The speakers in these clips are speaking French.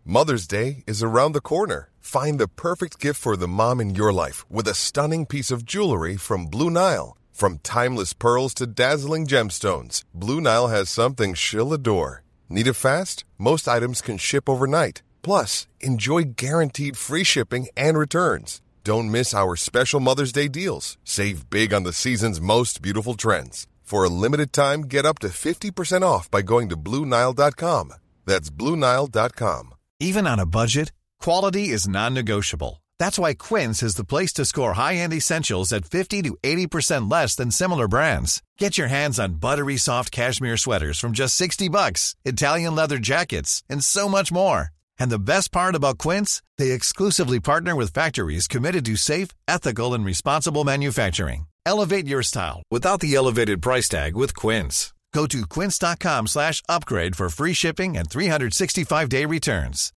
Mother's Day is around the corner. Find the perfect gift for the mom in your life with a stunning piece of jewelry from Blue Nile. From timeless pearls to dazzling gemstones, Blue Nile has something she'll adore. Need it fast? Most items can ship overnight. Plus, enjoy guaranteed free shipping and returns. Don't miss our special Mother's Day deals. Save big on the season's most beautiful trends. For a limited time, get up to 50% off by going to BlueNile.com. That's BlueNile.com. Even on a budget, quality is non-negotiable. That's why Quince is the place to score high-end essentials at 50 to 80% less than similar brands. Get your hands on buttery soft cashmere sweaters from just $60, Italian leather jackets, and so much more. And the best part about Quince, they exclusively partner with factories committed to safe, ethical, and responsible manufacturing. Elevate your style without the elevated price tag with Quince. Go to quince.com/upgrade for free shipping and 365-day returns.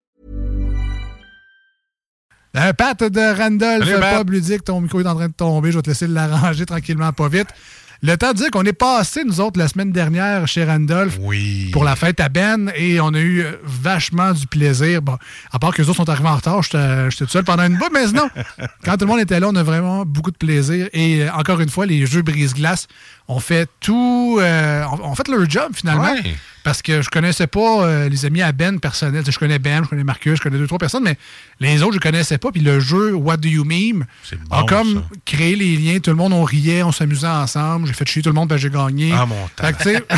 Pat de Randolph, Pub Ludique, ton micro est en train de tomber. Je vais te laisser l'arranger tranquillement, pas vite. Le temps de dire qu'on est passé, nous autres, la semaine dernière chez Randolph pour la fête à Ben et on a eu vachement du plaisir. Bon, à part que les autres sont arrivés en retard, j'étais tout seul pendant une bout, mais sinon, quand tout le monde était là, on a vraiment beaucoup de plaisir. Et encore une fois, les jeux brise-glace ont fait tout... ont fait leur job, finalement. Ouais. Parce que je connaissais pas les amis à Ben personnels. Je connais Ben, je connais Marcus, je connais 2-3 personnes, mais les autres, je connaissais pas. Puis le jeu What Do You Meme a comme créé les liens. Tout le monde, on riait, on s'amusait ensemble. J'ai fait chier tout le monde, ben j'ai gagné. Ah, mon temps.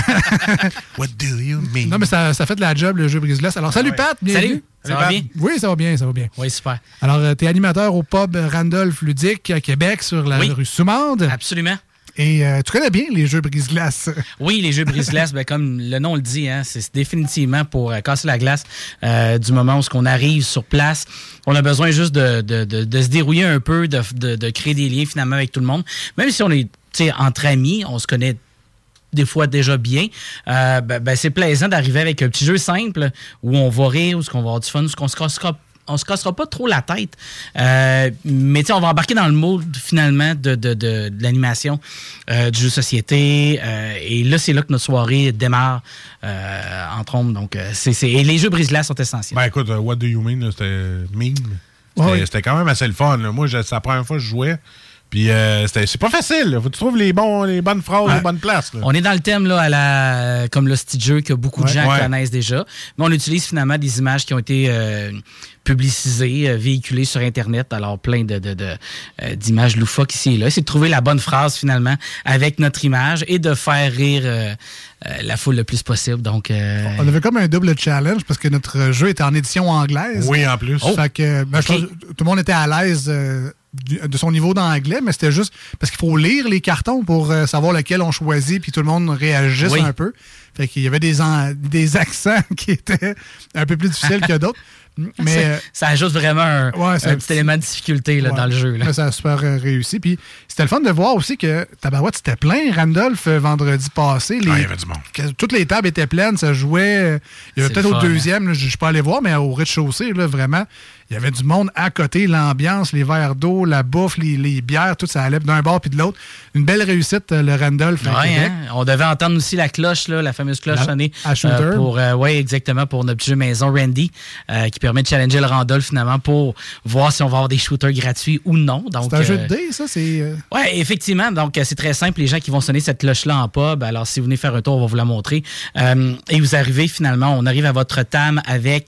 What do you mean? Non, mais ça fait de la job, le jeu brise-glace. Alors, salut Pat, bienvenue. Salut. Ça va bien? Oui, ça va bien, ça va bien. Oui, super. Alors, tu es animateur au pub Randolph Ludique à Québec, sur la rue Soumande. Absolument. Et tu connais bien les jeux brise-glace. Oui, les jeux brise-glace, ben, comme le nom le dit, hein, c'est définitivement pour casser la glace du moment où on arrive sur place. On a besoin juste de se dérouiller un peu, de créer des liens finalement avec tout le monde. Même si on est entre amis, on se connaît des fois déjà bien, c'est plaisant d'arriver avec un petit jeu simple où on va rire, où on va avoir du fun, où on se cassera pas trop la tête. Mais on va embarquer dans le mood, finalement, de l'animation, du jeu de société. Et là, c'est là que notre soirée démarre, entre autres. Donc, et les jeux brise-glace sont essentiels. Ben écoute, What Do You Mean, là, c'était meme. C'était quand même assez le fun. Là. Moi, c'est la première fois que je jouais. Puis c'est pas facile. Là. Faut que tu trouves les bonnes phrases, les bonnes places. Là. On est dans le thème là, comme le petit jeu que beaucoup de gens connaissent déjà. Mais on utilise finalement des images qui ont été publicisées, véhiculées sur Internet. Alors, plein d'images loufoques ici et là. C'est de trouver la bonne phrase finalement avec notre image et de faire rire la foule le plus possible. Donc, on avait comme un double challenge parce que notre jeu était en édition anglaise. Oui, en plus. Fait que, je pense que tout le monde était à l'aise de son niveau d'anglais, mais c'était juste parce qu'il faut lire les cartons pour savoir lequel on choisit, puis tout le monde réagisse un peu. Fait qu'il y avait des accents qui étaient un peu plus difficiles que d'autres. Mais ça ajoute vraiment un petit élément de difficulté là, dans le jeu. Là. Mais ça a super réussi. Puis c'était le fun de voir aussi que Tabarouette, c'était plein, Randolph, vendredi passé. Il y avait du monde. Toutes les tables étaient pleines, ça jouait. Il y avait peut-être au deuxième, là, je ne suis pas allé voir, mais au rez-de-chaussée, là, vraiment, il y avait du monde à côté, l'ambiance, les verres d'eau, la bouffe, les bières, tout ça allait d'un bord puis de l'autre. Une belle réussite, le Randolph. On devait entendre aussi la cloche, là, la fameuse cloche sonner. À Shooter. Exactement, pour notre petit jeu maison Randy, qui permet de challenger le Randolph finalement pour voir si on va avoir des shooters gratuits ou non. C'est un jeu de dés, ça? Oui, effectivement. Donc, c'est très simple. Les gens qui vont sonner cette cloche-là en pub, alors si vous venez faire un tour, on va vous la montrer. Et vous arrivez finalement, on arrive à votre table avec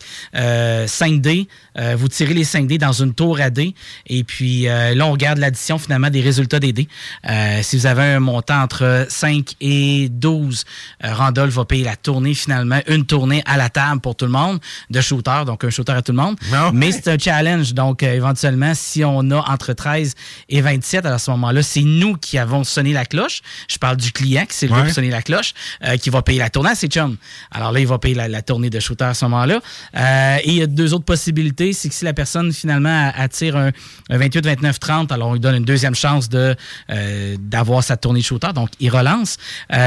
5 dés. Vous tirez les 5 dés dans une tour à dés. Et puis là, on regarde l'addition finalement des résultats des dés. Si vous avez un montant entre 5 et 12, Randolph va payer la tournée finalement, une tournée à la table pour tout le monde de shooter, donc un shooter à tout le monde. Okay. Mais c'est un challenge. Donc, éventuellement, si on a entre 13 et 27, à ce moment-là, c'est nous qui avons sonné la cloche. Je parle du client qui s'est levé pour sonner la cloche, qui va payer la tournée à ses chums. Alors là, il va payer la tournée de shooter à ce moment-là. Et il y a 2 autres possibilités. C'est que si la personne, finalement, attire un 28, 29, 30, alors on lui donne une deuxième chance d'avoir sa tournée de shooter. Donc, il relance.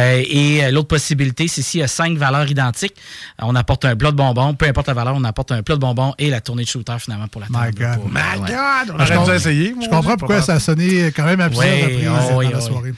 Et l'autre possibilité, c'est s'il y a 5 valeurs identiques, on apporte un plat de bonbons. Peu importe la valeur, on apporte un plat de bonbons et la tournée de shooter, finalement, pour la table. My God! On aurait dû essayer. Je comprends pourquoi ça a sonné quand même absurde dans la soirée.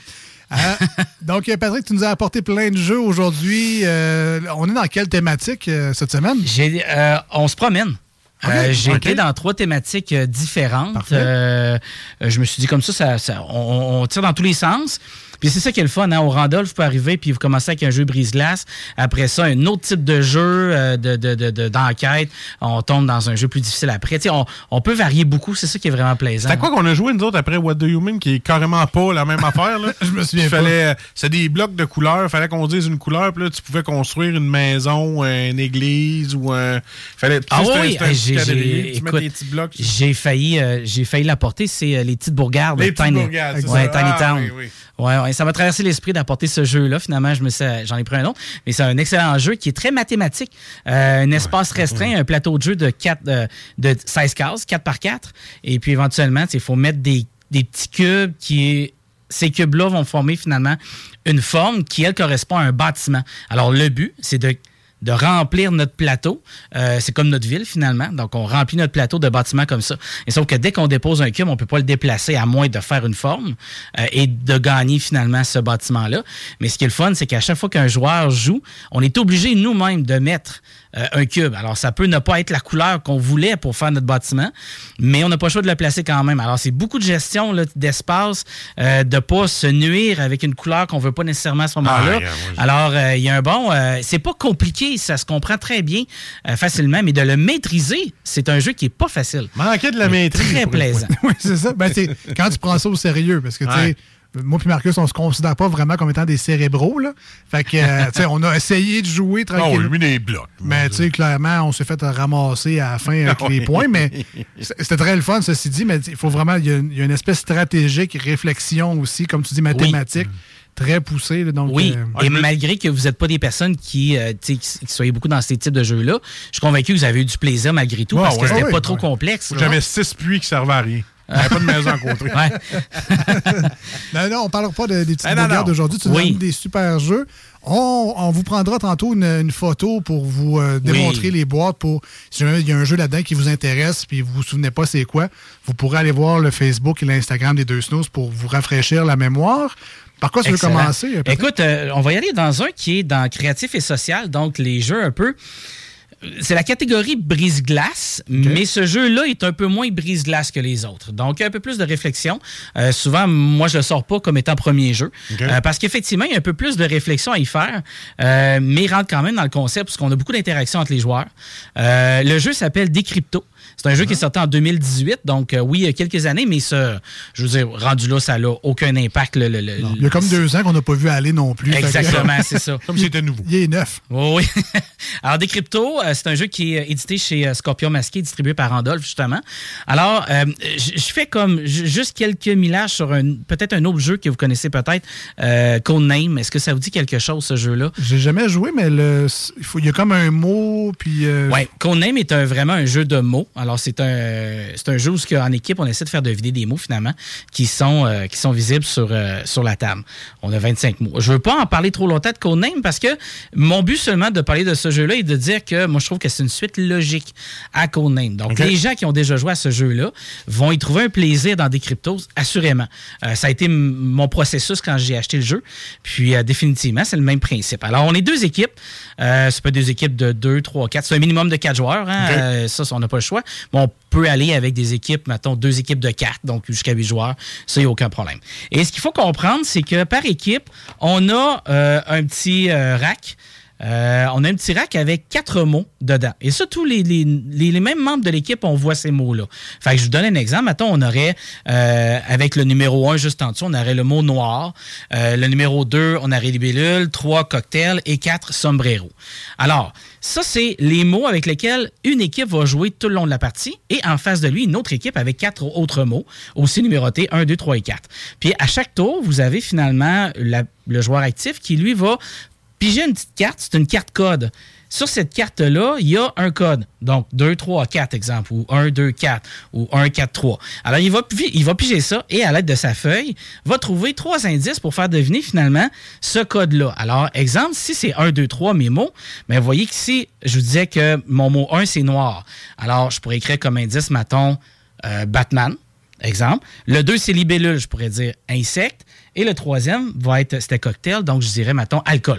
Donc, Patrick, tu nous as apporté plein de jeux aujourd'hui. On est dans quelle thématique cette semaine? On se promène. J'ai été dans 3 thématiques différentes. Je me suis dit comme ça on tire dans tous les sens. Puis c'est ça qui est le fun, hein? Au Randolph, vous pouvez arriver puis vous commencez avec un jeu brise-glace. Après ça, un autre type de jeu d'enquête. On tombe dans un jeu plus difficile après. Tu sais, on peut varier beaucoup. C'est ça qui est vraiment plaisant. C'était quoi qu'on a joué, nous autres, après What Do You Mean, qui est carrément pas la même affaire, là? Je me souviens pas. C'est des blocs de couleurs. Il fallait qu'on dise une couleur. Puis là, tu pouvais construire une maison, une église ou un... J'ai failli l'apporter. C'est les petites bourgades. Les petites bourgades, c'est ça. Tiny Town. Oui. Ouais, ça m'a traversé l'esprit d'apporter ce jeu-là. Finalement, j'en ai pris un autre. Mais c'est un excellent jeu qui est très mathématique. Un espace restreint, un plateau de jeu de 16 cases, 4x4. Et puis, éventuellement, il faut mettre des petits cubes ces cubes-là vont former finalement une forme qui, elle, correspond à un bâtiment. Alors, le but, c'est de remplir notre plateau. C'est comme notre ville, finalement. Donc, on remplit notre plateau de bâtiments comme ça. Et sauf que dès qu'on dépose un cube, on ne peut pas le déplacer à moins de faire une forme et de gagner, finalement, ce bâtiment-là. Mais ce qui est le fun, c'est qu'à chaque fois qu'un joueur joue, on est obligé nous-mêmes de mettre un cube. Alors, ça peut ne pas être la couleur qu'on voulait pour faire notre bâtiment, mais on n'a pas le choix de le placer quand même. Alors, c'est beaucoup de gestion là, d'espace, de ne pas se nuire avec une couleur qu'on ne veut pas nécessairement à ce moment-là. Alors, il y a un bon... c'est pas compliqué, ça se comprend très bien, facilement, mais de le maîtriser, c'est un jeu qui n'est pas facile. Manquer de la maîtrise. Très plaisant. Oui, c'est ça. Ben, c'est quand tu prends ça au sérieux, parce que, tu sais... Moi et Marcus, on se considère pas vraiment comme étant des cérébraux, là. Fait que, tu sais, on a essayé de jouer tranquillement. On a mis des blocs. Mais, tu sais, clairement, on s'est fait ramasser à la fin avec les points. Mais c'était très le fun, ceci dit. Mais il faut vraiment, il y a une espèce stratégique, réflexion aussi, comme tu dis, mathématique. Oui. Très poussé. Donc, et malgré que vous n'êtes pas des personnes qui soyez beaucoup dans ces types de jeux-là, je suis convaincu que vous avez eu du plaisir malgré tout, parce que c'était pas trop complexe. J'avais 6 puits qui servaient à rien. Il n'y avait pas de maison à côté. Non, on ne parlera pas des petites bourgades d'aujourd'hui. Tu nous donnes des super jeux. On vous prendra tantôt une photo pour vous démontrer les boîtes. Si jamais il y a un jeu là-dedans qui vous intéresse et vous vous souvenez pas c'est quoi, vous pourrez aller voir le Facebook et l'Instagram des Deux Snooze pour vous rafraîchir la mémoire. Par quoi tu veux commencer? Écoute, on va y aller dans un qui est dans créatif et social, donc les jeux un peu... C'est la catégorie brise-glace, mais ce jeu-là est un peu moins brise-glace que les autres. Donc, il y a un peu plus de réflexion. Souvent, moi, je ne le sors pas comme étant premier jeu. Parce qu'effectivement, il y a un peu plus de réflexion à y faire, mais il rentre quand même dans le concept parce qu'on a beaucoup d'interactions entre les joueurs. Le jeu s'appelle Décrypto. C'est un jeu qui est sorti en 2018, donc oui, il y a quelques années, mais je veux dire, rendu là, ça n'a aucun impact. Il y a comme 2 ans qu'on n'a pas vu aller non plus. Exactement, c'est ça. Comme si c'était nouveau. Il est neuf. Oui. Alors, Décrypto, c'est un jeu qui est édité chez Scorpion Masqué, distribué par Randolph, justement. Alors, je fais comme juste quelques millages sur peut-être un autre jeu que vous connaissez peut-être, Codename. Est-ce que ça vous dit quelque chose, ce jeu-là? J'ai jamais joué, mais il y a comme un mot, puis... Oui, Codename est vraiment un jeu de mots. Alors, c'est un jeu où, en équipe, on essaie de faire deviner des mots, finalement, qui sont visibles sur la table. On a 25 mots. Je veux pas en parler trop longtemps de Codename parce que mon but seulement de parler de ce jeu-là est de dire que moi, je trouve que c'est une suite logique à Codename. Donc, les gens qui ont déjà joué à ce jeu-là vont y trouver un plaisir dans Décrypto, assurément. Ça a été mon processus quand j'ai acheté le jeu. Puis, définitivement, c'est le même principe. Alors, on est 2 équipes. C'est pas 2 équipes de 2, 3, 4. C'est un minimum de 4 joueurs. Hein? Ça, on n'a pas le choix. Mais on peut aller avec des équipes, mettons, 2 équipes de 4, donc jusqu'à 8 joueurs. Ça, il n'y a aucun problème. Et ce qu'il faut comprendre, c'est que par équipe, on a un petit rack. On a un petit rack avec 4 mots dedans. Et ça, tous les mêmes membres de l'équipe, on voit ces mots-là. Fait que je vous donne un exemple. Mettons, on aurait, avec le numéro 1 juste en dessous, on aurait le mot noir. Le numéro 2, on aurait libellule. 3, cocktail. Et 4, sombrero. Alors, ça, c'est les mots avec lesquels une équipe va jouer tout le long de la partie. Et en face de lui, une autre équipe avec 4 autres mots, aussi numérotés 1, 2, 3 et 4. Puis, à chaque tour, vous avez finalement le joueur actif qui, lui, va piger une petite carte, c'est une carte code. Sur cette carte-là, il y a un code. Donc, 2, 3, 4, exemple, ou 1, 2, 4, ou 1, 4, 3. Alors, il va piger ça et, à l'aide de sa feuille, va trouver 3 indices pour faire deviner, finalement, ce code-là. Alors, exemple, si c'est 1, 2, 3, mes mots, bien, vous voyez qu'ici, je vous disais que mon mot 1, c'est noir. Alors, je pourrais écrire comme indice, mettons, Batman, exemple. Le 2, c'est libellule, je pourrais dire insecte. Et le 3e c'était cocktail, donc je dirais, mettons, alcool.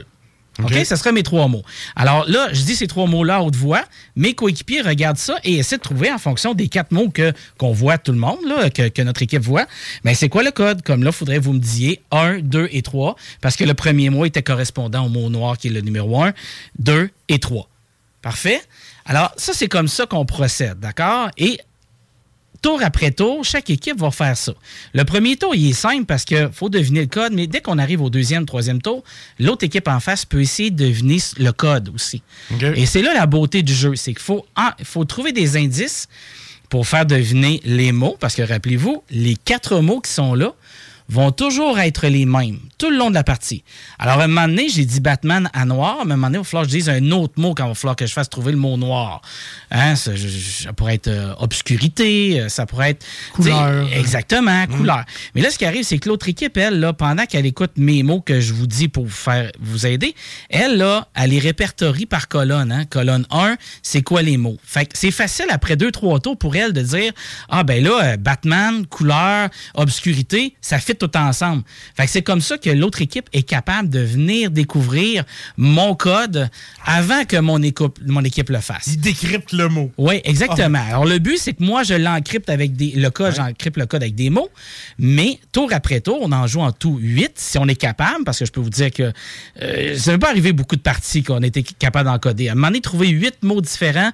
OK? Ça serait mes 3 mots. Alors là, je dis ces 3 mots-là à haute voix. Mes coéquipiers regardent ça et essaient de trouver en fonction des 4 mots qu'on voit tout le monde, là, que notre équipe voit. Mais c'est quoi le code? Comme là, il faudrait que vous me disiez 1, 2 et 3, parce que le premier mot était correspondant au mot noir qui est le numéro 1, 2 et 3. Parfait? Alors, ça, c'est comme ça qu'on procède, d'accord? Et tour après tour, chaque équipe va faire ça. Le premier tour, il est simple parce qu'il faut deviner le code, mais dès qu'on arrive au deuxième, troisième tour, l'autre équipe en face peut essayer de deviner le code aussi. Okay. Et c'est là la beauté du jeu, c'est qu'il faut trouver des indices pour faire deviner les mots, parce que rappelez-vous, les 4 mots qui sont là vont toujours être les mêmes, tout le long de la partie. Alors, à un moment donné, j'ai dit Batman à noir, mais à un moment donné, il va falloir que je dise un autre mot quand il va falloir que je fasse trouver le mot noir. Hein, ça pourrait être obscurité, ça pourrait être... Couleur. Exactement, couleur. Mais là, ce qui arrive, c'est que l'autre équipe, elle, là, pendant qu'elle écoute mes mots que je vous dis pour vous aider, elle, là, elle les répertorie par colonne. Hein. Colonne 1, c'est quoi les mots? Fait que c'est facile, après 2-3 tours, pour elle de dire, ah ben là, Batman, couleur, obscurité, ça fit tout ensemble. Fait que c'est comme ça que l'autre équipe est capable de venir découvrir mon code avant que mon équipe le fasse. Il décrypte le mot. Oui, exactement. Oh. Alors, le but, c'est que moi, je l'encrypte avec j'encrypte le code avec des mots, mais tour après tour, on en joue en tout 8, si on est capable, parce que je peux vous dire que ça ne peut pas arriver beaucoup de parties qu'on était capable d'encoder. À un moment donné, trouver 8 mots différents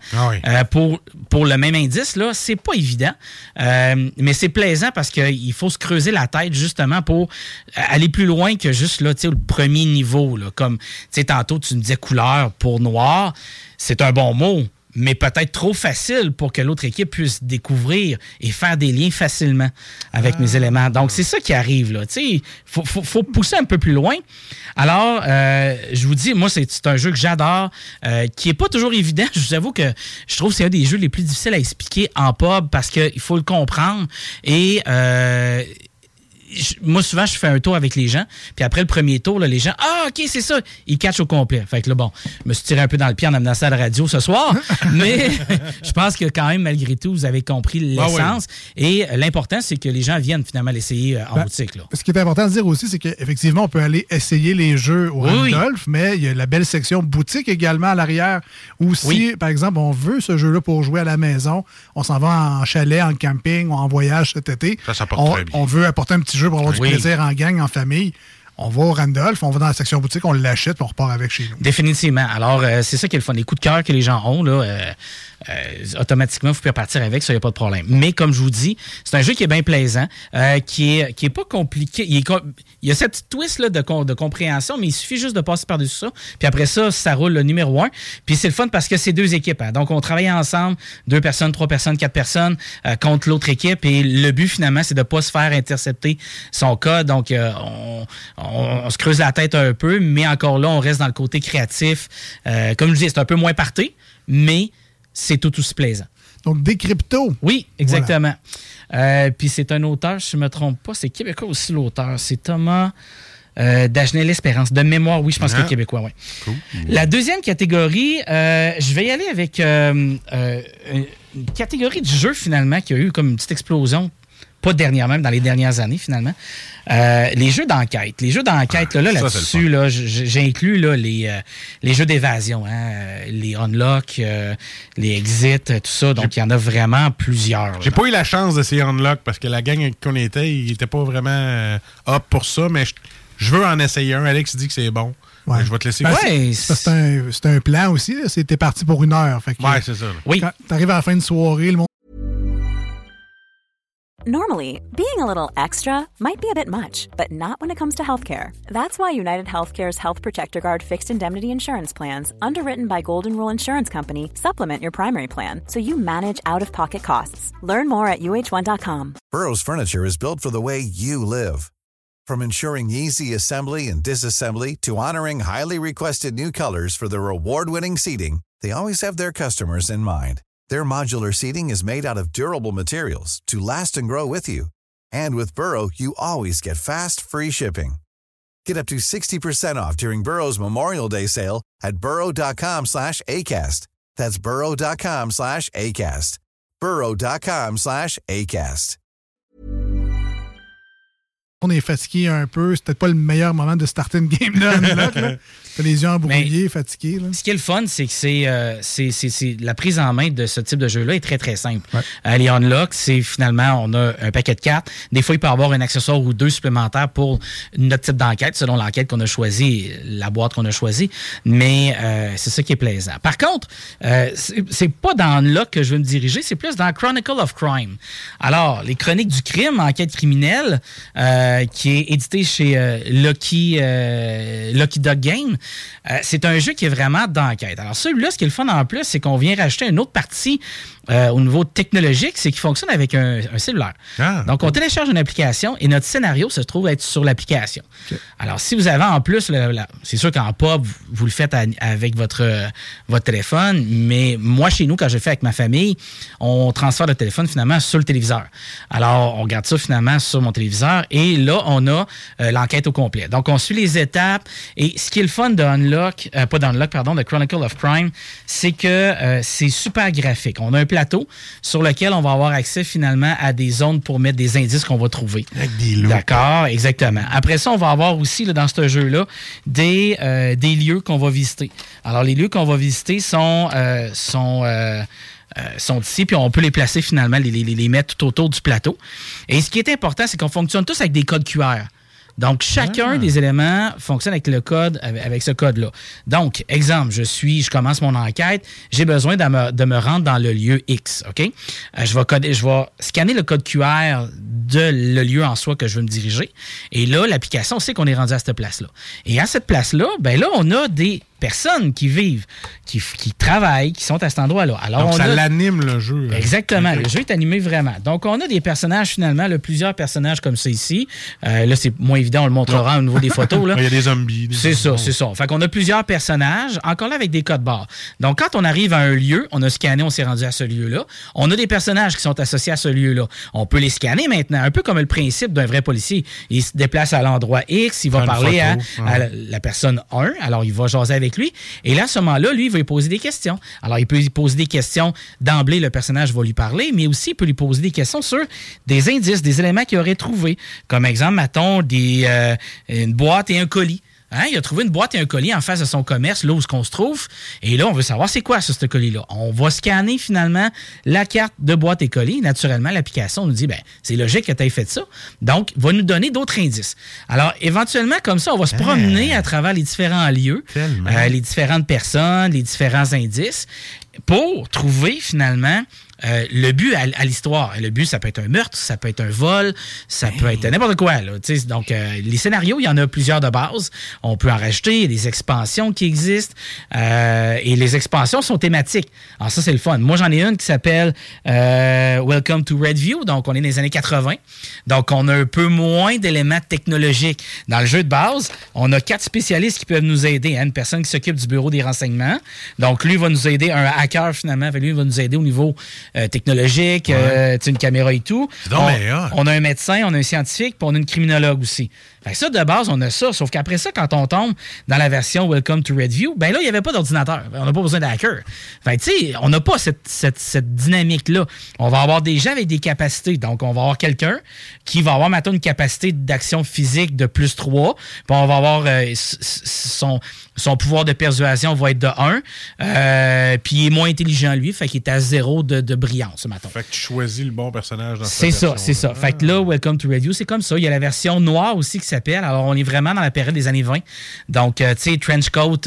pour le même indice, là, c'est pas évident, mais c'est plaisant parce qu'il faut se creuser la tête, justement, pour aller plus loin que juste là, le premier niveau. Là, comme tantôt, tu me disais couleur pour noir. C'est un bon mot, mais peut-être trop facile pour que l'autre équipe puisse découvrir et faire des liens facilement avec mes éléments. Donc, c'est ça qui arrive. Là. Faut pousser un peu plus loin. Alors, je vous dis, moi, c'est un jeu que j'adore, qui n'est pas toujours évident. Je vous avoue que je trouve que c'est un des jeux les plus difficiles à expliquer en pub parce qu'il faut le comprendre. Et... moi, souvent, je fais un tour avec les gens, puis après le premier tour, là, les gens, OK, c'est ça, ils catchent au complet. Fait que là, bon, je me suis tiré un peu dans le pied en amenant ça à la radio ce soir, mais je pense que quand même, malgré tout, vous avez compris l'essence. Et l'important, c'est que les gens viennent finalement l'essayer en boutique. Là. Ce qui est important de dire aussi, c'est qu'effectivement, on peut aller essayer les jeux au Randolph, mais il y a la belle section boutique également à l'arrière, où si, par exemple, on veut ce jeu-là pour jouer à la maison, on s'en va en chalet, en camping ou en voyage cet été, ça porte très bien. On veut apporter un petit jeu pour avoir du plaisir en gang, en famille. On va au Randolph, on va dans la section boutique, on l'achète, puis on repart avec chez nous. Définitivement. Alors, c'est ça qui est le fun. Les coups de cœur que les gens ont, là, automatiquement, vous pouvez partir avec, ça, il n'y a pas de problème. Mais comme je vous dis, c'est un jeu qui est bien plaisant, qui est pas compliqué. Il y a cette petite twist là, de compréhension, mais il suffit juste de passer par-dessus ça. Puis après ça roule le numéro 1. Puis c'est le fun parce que c'est 2 équipes. Hein. Donc, on travaille ensemble, 2 personnes, 3 personnes, 4 personnes contre l'autre équipe. Et le but, finalement, c'est de ne pas se faire intercepter son code. Donc, on se creuse la tête un peu, mais encore là, on reste dans le côté créatif. Comme je dis, c'est un peu moins party, mais c'est tout aussi plaisant. Donc, Décrypto. Oui, exactement. Voilà. Puis c'est un auteur, si je ne me trompe pas, c'est québécois aussi l'auteur. C'est Thomas Dagenais-L'Espérance. De mémoire, oui, je pense que c'est québécois, oui. Cool. La deuxième catégorie, je vais y aller avec une catégorie du jeu, finalement, qui a eu comme une petite explosion. Pas dernièrement, même dans les dernières années, finalement. Les jeux d'enquête. Les jeux d'enquête, là-dessus, là, j'ai inclus là, les jeux d'évasion, hein, les Unlock, les Exit, tout ça. Donc, il y en a vraiment plusieurs. J'ai pas eu la chance d'essayer Unlock parce que la gang qu'on était, il était pas vraiment up pour ça, mais je veux en essayer un. Alex dit que c'est bon. Ouais. Je vais te laisser. C'est un plan aussi. T'es parti pour 1 heure. Fait que, c'est ça. Là. Oui. Quand t'arrives à la fin de soirée, le monde. Normally, being a little extra might be a bit much, but not when it comes to healthcare. That's why United Healthcare's Health Protector Guard fixed indemnity insurance plans, underwritten by Golden Rule Insurance Company, supplement your primary plan so you manage out-of-pocket costs. Learn more at uh1.com. Burrow's furniture is built for the way you live. From ensuring easy assembly and disassembly to honoring highly requested new colors for their award-winning seating, they always have their customers in mind. Their modular seating is made out of durable materials to last and grow with you. And with Burrow, you always get fast, free shipping. Get up to 60% off during Burrow's Memorial Day sale at burrow.com/ACAST. That's burrow.com/ACAST. burrow.com/ACAST. on est fatigué un peu. C'est peut-être pas le meilleur moment de starter une game là, Unlock. T'as les yeux embrouillés, fatigués. Là. Ce qui est le fun, c'est que c'est la prise en main de ce type de jeu-là est très, très simple. Ouais. Les Unlock, c'est finalement, on a un paquet de cartes. Des fois, il peut y avoir un accessoire ou deux supplémentaires pour notre type d'enquête, selon l'enquête qu'on a choisie, la boîte qu'on a choisie. Mais c'est ça qui est plaisant. Par contre, c'est pas dans Unlock que je veux me diriger, c'est plus dans Chronicle of Crime. Alors, les Chroniques du crime, enquête criminelle, qui est édité chez Lucky Dog Game. C'est un jeu qui est vraiment d'enquête. Alors celui-là, ce qui est le fun en plus, c'est qu'on vient rajouter une autre partie au niveau technologique, c'est qu'il fonctionne avec un cellulaire. Ah. Donc, on télécharge une application et notre scénario se trouve être sur l'application. Okay. Alors, si vous avez en plus, c'est sûr qu'en pub, vous le faites avec votre téléphone, mais moi, chez nous, quand je le fais avec ma famille, on transfère le téléphone finalement sur le téléviseur. Alors, on garde ça finalement sur mon téléviseur et là, on a l'enquête au complet. Donc, on suit les étapes et ce qui est le fun de de Chronicle of Crime, c'est que c'est super graphique. On a un plateau sur lequel on va avoir accès finalement à des zones pour mettre des indices qu'on va trouver. Avec des loups. D'accord, exactement. Après ça, on va avoir aussi là, dans ce jeu-là des lieux qu'on va visiter. Alors, les lieux qu'on va visiter sont ici, puis on peut les placer finalement, les mettre tout autour du plateau. Et ce qui est important, c'est qu'on fonctionne tous avec des codes QR. Donc, chacun des éléments fonctionne avec le code, avec ce code-là. Donc, exemple, je commence mon enquête, j'ai besoin de me rendre dans le lieu X, OK? Je vais scanner le code QR de le lieu en soi que je veux me diriger. Et là, l'application sait qu'on est rendu à cette place-là. Et à cette place-là, ben là, on a des personnes qui vivent, qui travaillent, qui sont à cet endroit-là. Alors, donc, ça l'anime, le jeu. Exactement. Le jeu est animé vraiment. Donc, on a des personnages, finalement, plusieurs personnages comme ça ici. Là, c'est moins évident, on le montrera au niveau des photos. Là. Il y a des zombies. C'est ça. Fait qu'on a plusieurs personnages, encore là, avec des codes barres. Donc, quand on arrive à un lieu, on a scanné, on s'est rendu à ce lieu-là. On a des personnages qui sont associés à ce lieu-là. On peut les scanner maintenant, un peu comme le principe d'un vrai policier. Il se déplace à l'endroit X, il va parler à la personne 1, alors il va jaser avec lui. Et là, à ce moment-là, lui, il va lui poser des questions. Alors, il peut lui poser des questions. D'emblée, le personnage va lui parler, mais aussi, il peut lui poser des questions sur des indices, des éléments qu'il aurait trouvés. Comme exemple, mettons, une boîte et un colis. Hein, il a trouvé une boîte et un colis en face de son commerce, là où on se trouve. Et là, on veut savoir c'est quoi ça, ce colis-là. On va scanner finalement la carte de boîte et colis. Naturellement, l'application nous dit, c'est logique que tu aies fait ça. Donc, va nous donner d'autres indices. Alors, éventuellement, comme ça, on va se promener à travers les différents lieux, les différentes personnes, les différents indices, pour trouver finalement le but à l'histoire. Le but, ça peut être un meurtre, ça peut être un vol, ça peut être n'importe quoi. Là, donc, les scénarios, il y en a plusieurs de base. On peut en rajouter. Il y a des expansions qui existent. Et les expansions sont thématiques. Alors ça, c'est le fun. Moi, j'en ai une qui s'appelle Welcome to Redview. Donc, on est dans les années 80. Donc, on a un peu moins d'éléments technologiques. Dans le jeu de base, on a 4 spécialistes qui peuvent nous aider. Hein? Une personne qui s'occupe du bureau des renseignements. Donc, lui va nous aider. Un hacker, finalement, lui va nous aider au niveau technologique, une caméra et tout. On a un médecin, on a un scientifique, puis on a une criminologue aussi. Fait que ça, de base, on a ça. Sauf qu'après ça, quand on tombe dans la version Welcome to Redview, ben là, il n'y avait pas d'ordinateur. On n'a pas besoin d'hacker. Fait que, tu sais, on n'a pas cette dynamique-là. On va avoir des gens avec des capacités. Donc, on va avoir quelqu'un qui va avoir, maintenant, une capacité d'action physique de plus 3. Puis, on va avoir son pouvoir de persuasion va être de 1. Puis, il est moins intelligent, lui. Fait qu'il est à 0 de brillance, maintenant. Fait que tu choisis le bon personnage dans cette version. C'est ça. Fait que là, Welcome to Redview, c'est comme ça. Il y a la version noire aussi qui s'appelle. Alors, on est vraiment dans la période des années 20. Donc, tu sais, trench coat,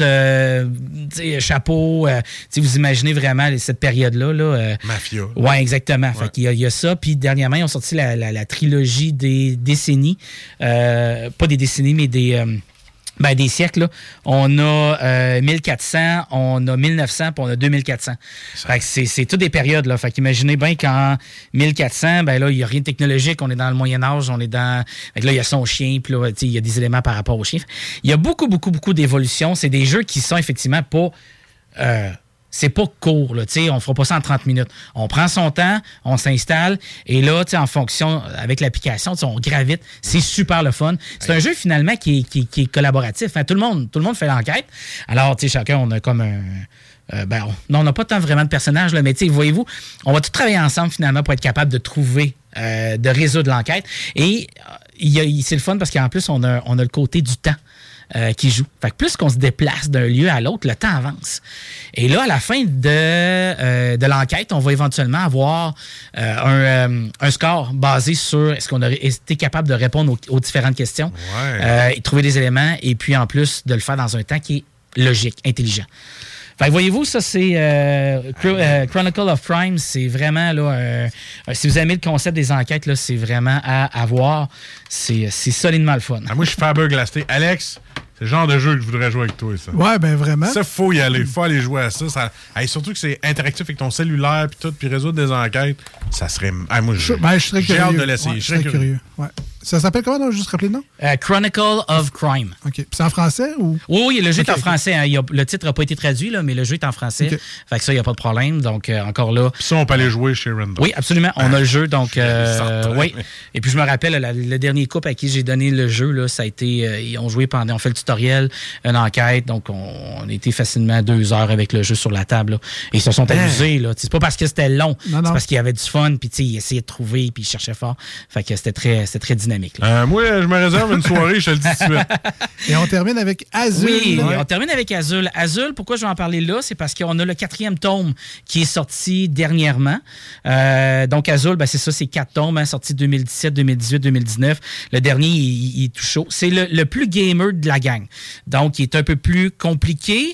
chapeau. Vous imaginez vraiment cette période-là. Là, Mafia. Oui, exactement. Ouais. Fait qu'il y a ça. Puis, dernièrement, ils ont sorti la trilogie des décennies. Pas des décennies, mais des siècles, là. On a 1400, on a 1900, puis on a 2400. Fait que c'est toutes des périodes, là. Fait qu'imaginez bien qu'en 1400, ben là, il n'y a rien de technologique. On est dans le Moyen-Âge, on est dans... Fait que là, il y a son chien, puis là, il y a des éléments par rapport au chien. Il y a beaucoup d'évolutions. C'est des jeux qui sont effectivement pas... c'est pas court, là, tu sais, on fera pas ça en 30 minutes. On prend son temps, on s'installe, et là, tu sais, en fonction, avec l'application, on gravite, c'est super le fun. C'est un jeu, finalement, qui est collaboratif. Enfin, tout le monde fait l'enquête. Alors, tu sais, chacun, on a comme un... on n'a pas tant vraiment de personnages, là, mais tu sais, voyez-vous, on va tout travailler ensemble, finalement, pour être capable de trouver, de résoudre l'enquête. Et c'est le fun parce qu'en plus, on a le côté du temps. Qui joue. Fait que plus qu'on se déplace d'un lieu à l'autre, le temps avance. Et là, à la fin de l'enquête, on va éventuellement avoir un score basé sur est-ce qu'on a été capable de répondre aux différentes questions, et trouver des éléments, et puis en plus de le faire dans un temps qui est logique, intelligent. Fait que voyez-vous, ça, c'est Chronicle of Crime. C'est vraiment, là, si vous aimez le concept des enquêtes, là, c'est vraiment à voir. C'est solidement le fun. Moi, je suis Faber-Glasté. Alex, c'est le genre de jeu que je voudrais jouer avec toi, ça. Ouais, ben vraiment. Ça, faut y aller. Faut aller jouer à ça. Surtout que c'est interactif avec ton cellulaire puis tout, puis résoudre des enquêtes. Ça serait... moi, je serais curieux. J'ai hâte de l'essayer. Je serais curieux. Ouais. Ça s'appelle comment, donc, juste rappeler le nom? Chronicle of Crime. OK. Puis c'est en français ou? Oui, le jeu est en français. Hein. Le titre n'a pas été traduit, là, mais le jeu est en français. Okay. Fait que ça, il n'y a pas de problème. Donc, encore là. Puis ça, on peut aller jouer chez Randall. Oui, absolument. On a le jeu. Donc, oui. Et puis, je me rappelle, le dernier couple à qui j'ai donné le jeu, là, ça a été. Ils ont joué pendant. On fait le tutoriel, une enquête. Donc, on a été facilement 2 heures avec le jeu sur la table. Là. Et ils se sont amusés. Là. C'est pas parce que c'était long. C'est parce qu'il y avait du fun. Puis, ils essayaient de trouver. Puis, ils cherchaient fort. Fait que c'était très dynamique. Moi, je me réserve une soirée, je te le dis tout de suite. Et on termine avec Azul. Oui, on termine avec Azul. Azul, pourquoi je vais en parler là? C'est parce qu'on a le 4e tome qui est sorti dernièrement. Donc, Azul, c'est ça, c'est 4 tomes, hein, sortis 2017, 2018, 2019. Le dernier, il est tout chaud. C'est le plus gamer de la gang. Donc, il est un peu plus compliqué.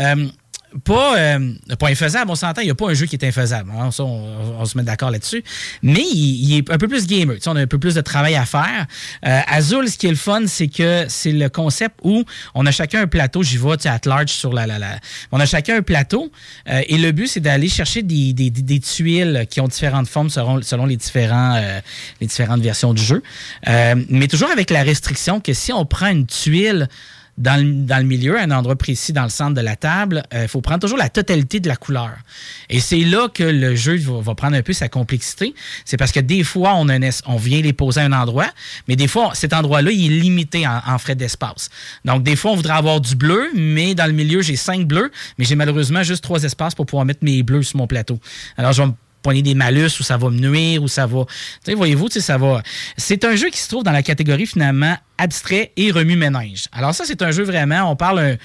Pas infaisable, on s'entend, il n'y a pas un jeu qui est infaisable. Hein, ça, on se met d'accord là-dessus. Mais il est un peu plus gamer. On a un peu plus de travail à faire. Azul, ce qui est le fun, c'est que c'est le concept où on a chacun un plateau. J'y vais at large sur On a chacun un plateau. Et le but, c'est d'aller chercher des tuiles qui ont différentes formes selon les différentes versions du jeu. Mais toujours avec la restriction que si on prend une tuile dans le milieu, à un endroit précis dans le centre de la table, il faut prendre toujours la totalité de la couleur. Et c'est là que le jeu va prendre un peu sa complexité. C'est parce que des fois, on vient les poser à un endroit, mais des fois, cet endroit-là, il est limité en frais d'espace. Donc, des fois, on voudrait avoir du bleu, mais dans le milieu, j'ai 5 bleus, mais j'ai malheureusement juste 3 espaces pour pouvoir mettre mes bleus sur mon plateau. Alors, je vais me poigner des malus où ça va me nuire, où ça va... Tu sais, voyez-vous, ça va... C'est un jeu qui se trouve dans la catégorie, finalement, abstrait et remue-ménage. Alors ça, c'est un jeu vraiment... On parle...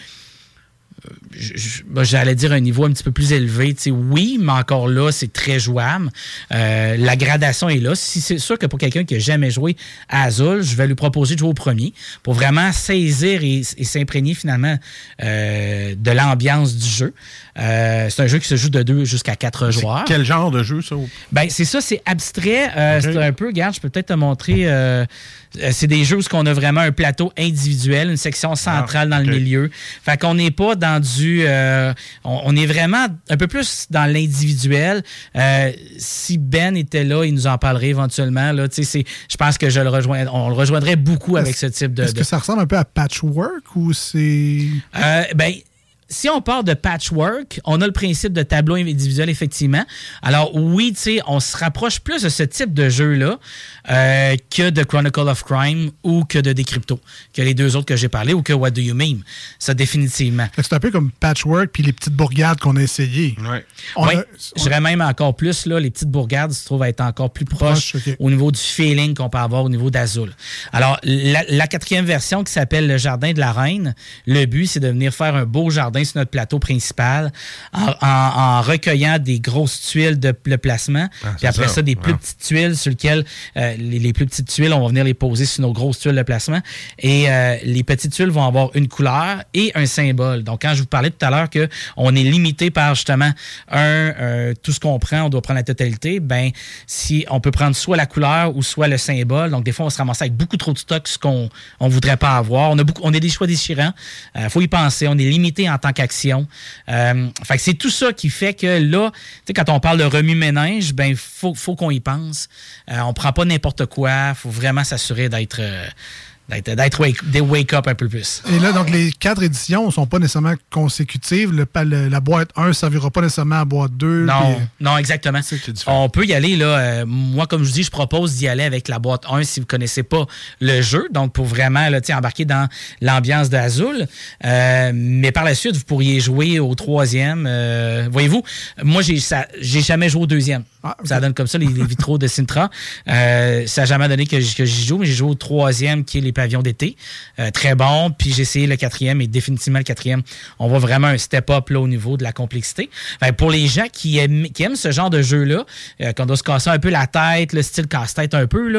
j'allais dire un niveau un petit peu plus élevé. Oui, mais encore là, c'est très jouable. La gradation est là. C'est sûr que pour quelqu'un qui n'a jamais joué à Azul, je vais lui proposer de jouer au premier pour vraiment saisir et s'imprégner finalement de l'ambiance du jeu. C'est un jeu qui se joue de 2 jusqu'à 4 joueurs. Quel genre de jeu, ça? C'est ça, c'est abstrait. C'est un peu, regarde, je peux peut-être te montrer... c'est des jeux où on a vraiment un plateau individuel, une section centrale dans le milieu. Fait qu'on n'est pas dans du... on est vraiment un peu plus dans l'individuel. Si Ben était là, il nous en parlerait éventuellement. Là, je pense que on le rejoindrait beaucoup avec ce type de... Est-ce que ça ressemble un peu à Patchwork ou c'est... Si on part de Patchwork, on a le principe de tableau individuel, effectivement. Alors oui, on se rapproche plus de ce type de jeu-là que de Chronicle of Crime ou que de Decrypto, que les 2 autres que j'ai parlé ou que What Do You Mean. Ça, définitivement. C'est un peu comme Patchwork puis les petites bourgades qu'on a essayées. Oui, je dirais même encore plus, là, les petites bourgades se trouvent à être encore plus proches au niveau du feeling qu'on peut avoir au niveau d'Azul. Alors, la 4e version qui s'appelle le Jardin de la Reine, le but, c'est de venir faire un beau jardin sur notre plateau principal en recueillant des grosses tuiles de placement. Puis après ça, des plus petites tuiles sur lesquelles les plus petites tuiles, on va venir les poser sur nos grosses tuiles de placement. Et les petites tuiles vont avoir une couleur et un symbole. Donc, quand je vous parlais tout à l'heure qu'on est limité par justement tout ce qu'on prend, on doit prendre la totalité, si on peut prendre soit la couleur ou soit le symbole. Donc, des fois, on se ramasse avec beaucoup trop de stock, ce qu'on ne voudrait pas avoir. On a des choix déchirants. Faut y penser. On est limité en tant qu'action. Fait que c'est tout ça qui fait que là, quand on parle de remue-ménage, faut qu'on y pense. On prend pas n'importe quoi. Faut vraiment s'assurer d'être d'être des wake-up un peu plus. Et là, donc, les 4 éditions ne sont pas nécessairement consécutives. La boîte 1 ne servira pas nécessairement à la boîte 2. Non, exactement. On peut y aller, là. Moi, comme je vous dis, je propose d'y aller avec la boîte 1 si vous ne connaissez pas le jeu. Donc, pour vraiment là, embarquer dans l'ambiance de Azul. Mais par la suite, vous pourriez jouer au 3e. Voyez-vous, moi, j'ai jamais joué au 2e. Ah, okay. Ça donne comme ça, les vitraux de Sintra. Ça n'a jamais donné que j'y joue, mais j'ai joué au 3e, qui est les pavillons d'été. Très bon. Puis j'ai essayé le 4e, et définitivement le 4e. On voit vraiment un step-up là, au niveau de la complexité. Pour les gens qui aiment ce genre de jeu-là, qu'on doit se casser un peu la tête, le style casse-tête un peu,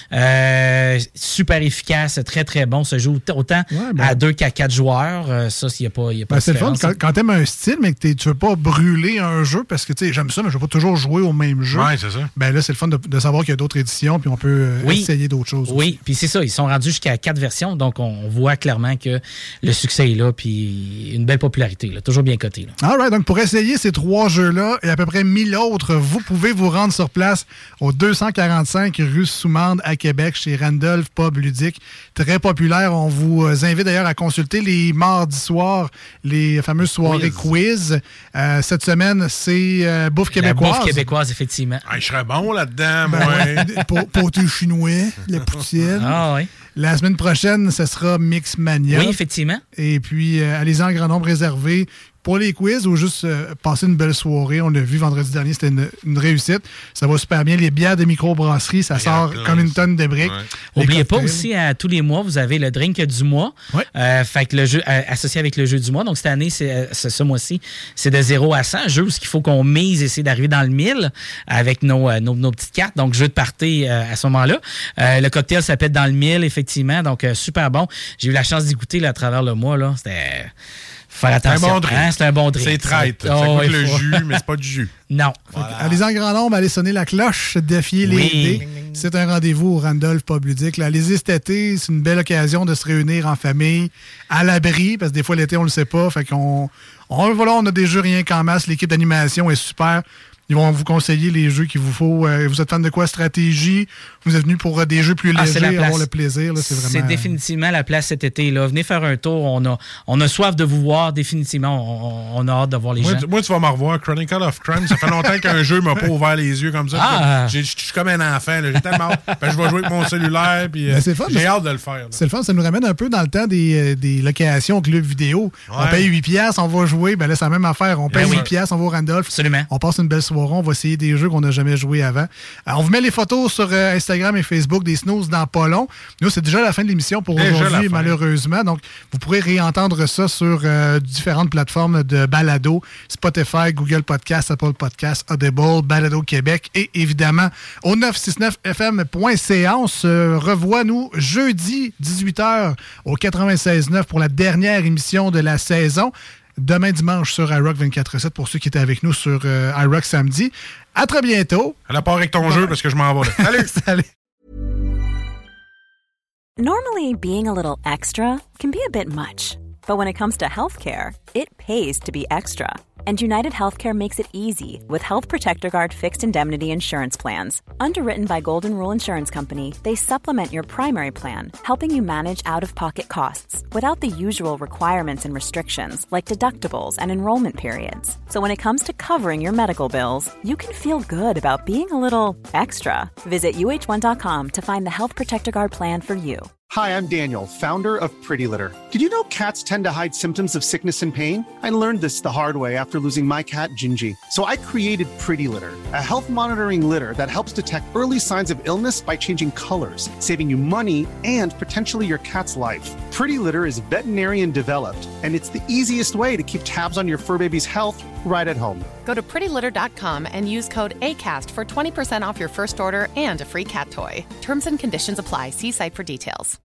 là, super efficace, très, très bon. Se joue autant à 2 qu'à 4 joueurs. Ça, il n'y a pas de c'est le fun quand tu aimes un style, mais que tu veux pas brûler un jeu, parce que j'aime ça, mais je veux pas toujours jouer au même jeu. Oui, c'est ça. Ben là, c'est le fun de savoir qu'il y a d'autres éditions, puis on peut essayer d'autres choses. Oui, puis c'est ça. Ils sont rendus jusqu'à 4 versions, donc on voit clairement que le succès est là, puis une belle popularité, là, toujours bien coté. All right, donc pour essayer ces 3 jeux-là et à peu près 1000 autres, vous pouvez vous rendre sur place au 245 rue Soumande à Québec, chez Randolph Pub Ludique. Très populaire. On vous invite d'ailleurs à consulter les mardis soirs, les fameuses soirées quiz. Cette semaine, c'est Bouffe québécoise. La bouffe québécoise, effectivement. Je serais bon là-dedans, moi. Poté chinois, la poutine. Ah oui. La semaine prochaine, ce sera Mixmania. Oui, effectivement. Et puis, allez-y en grand nombre réservé pour les quiz ou juste passer une belle soirée. On l'a vu vendredi dernier, c'était une réussite. Ça va super bien. Les bières de microbrasserie, ça sort comme une tonne de briques. N'oubliez pas aussi, à tous les mois, vous avez le drink du mois. Fait que le jeu associé avec le jeu du mois. Donc, cette année, ce mois-ci, c'est de 0 à 100. Jeu où il faut qu'on mise, essayer d'arriver dans le 1000 avec nos petites cartes. Donc, jeu de party à ce moment-là. Le cocktail s'appelle dans le 1000, effectivement. Donc, super bon. J'ai eu la chance d'y goûter là, à travers le mois. Là. C'était... Faire attention. C'est un bon drink. C'est traite. Ça goûte le jus, mais c'est pas du jus. Non. Voilà. Allez en grand nombre, allez sonner la cloche, défier les dés. C'est un rendez-vous au Randolph Pub Ludique. Allez-y cet été, c'est une belle occasion de se réunir en famille, à l'abri, parce que des fois l'été, on le sait pas. Fait qu'on on a des jeux rien qu'en masse. L'équipe d'animation est super. Ils vont vous conseiller les jeux qu'il vous faut. Vous êtes fan de quoi? Stratégie? Vous êtes venu pour des jeux plus légers, avoir le plaisir. Là, c'est définitivement la place cet été. Là. Venez faire un tour. On a soif de vous voir, définitivement. On a hâte de voir les gens. Moi, tu vas me revoir. Chronicle of Crime, ça fait longtemps qu'un jeu m'a pas ouvert les yeux comme ça. Je suis comme un enfant. Là. J'ai tellement hâte. Je vais jouer avec mon cellulaire. Puis, j'ai hâte de le faire. Là. C'est le fun. Ça nous ramène un peu dans le temps des locations club vidéo. Ouais. On paye 8$, on va jouer. Ben là, c'est la même affaire. On paye 8$, on va au Randolph. Absolument. On passe une belle soirée. On va essayer des jeux qu'on n'a jamais joués avant. On vous met les photos sur Instagram et Facebook des snooze dans pas long. Nous, c'est déjà la fin de l'émission pour aujourd'hui, malheureusement. Donc, vous pourrez réentendre ça sur différentes plateformes de balado, Spotify, Google Podcast, Apple Podcast, Audible, Balado Québec et évidemment au 969fm.ca. On se revoit, nous, jeudi 18h au 96.9 pour la dernière émission de la saison. Demain dimanche sur iRock 24/7 pour ceux qui étaient avec nous sur iRock samedi. À très bientôt. À la part avec ton jeu parce que je m'en vais là. Salut! Salut! Normally, being a little extra can be a bit much. But when it comes to healthcare, it pays to be extra. And United Healthcare makes it easy with Health Protector Guard fixed indemnity insurance plans. Underwritten by Golden Rule Insurance Company, they supplement your primary plan, helping you manage out-of-pocket costs without the usual requirements and restrictions like deductibles and enrollment periods. So when it comes to covering your medical bills, you can feel good about being a little extra. Visit uh1.com to find the Health Protector Guard plan for you. Hi, I'm Daniel, founder of Pretty Litter. Did you know cats tend to hide symptoms of sickness and pain? I learned this the hard way after losing my cat, Gingy. So I created Pretty Litter, a health monitoring litter that helps detect early signs of illness by changing colors, saving you money and potentially your cat's life. Pretty Litter is veterinarian developed, and it's the easiest way to keep tabs on your fur baby's health right at home. Go to prettylitter.com and use code ACAST for 20% off your first order and a free cat toy. Terms and conditions apply. See site for details.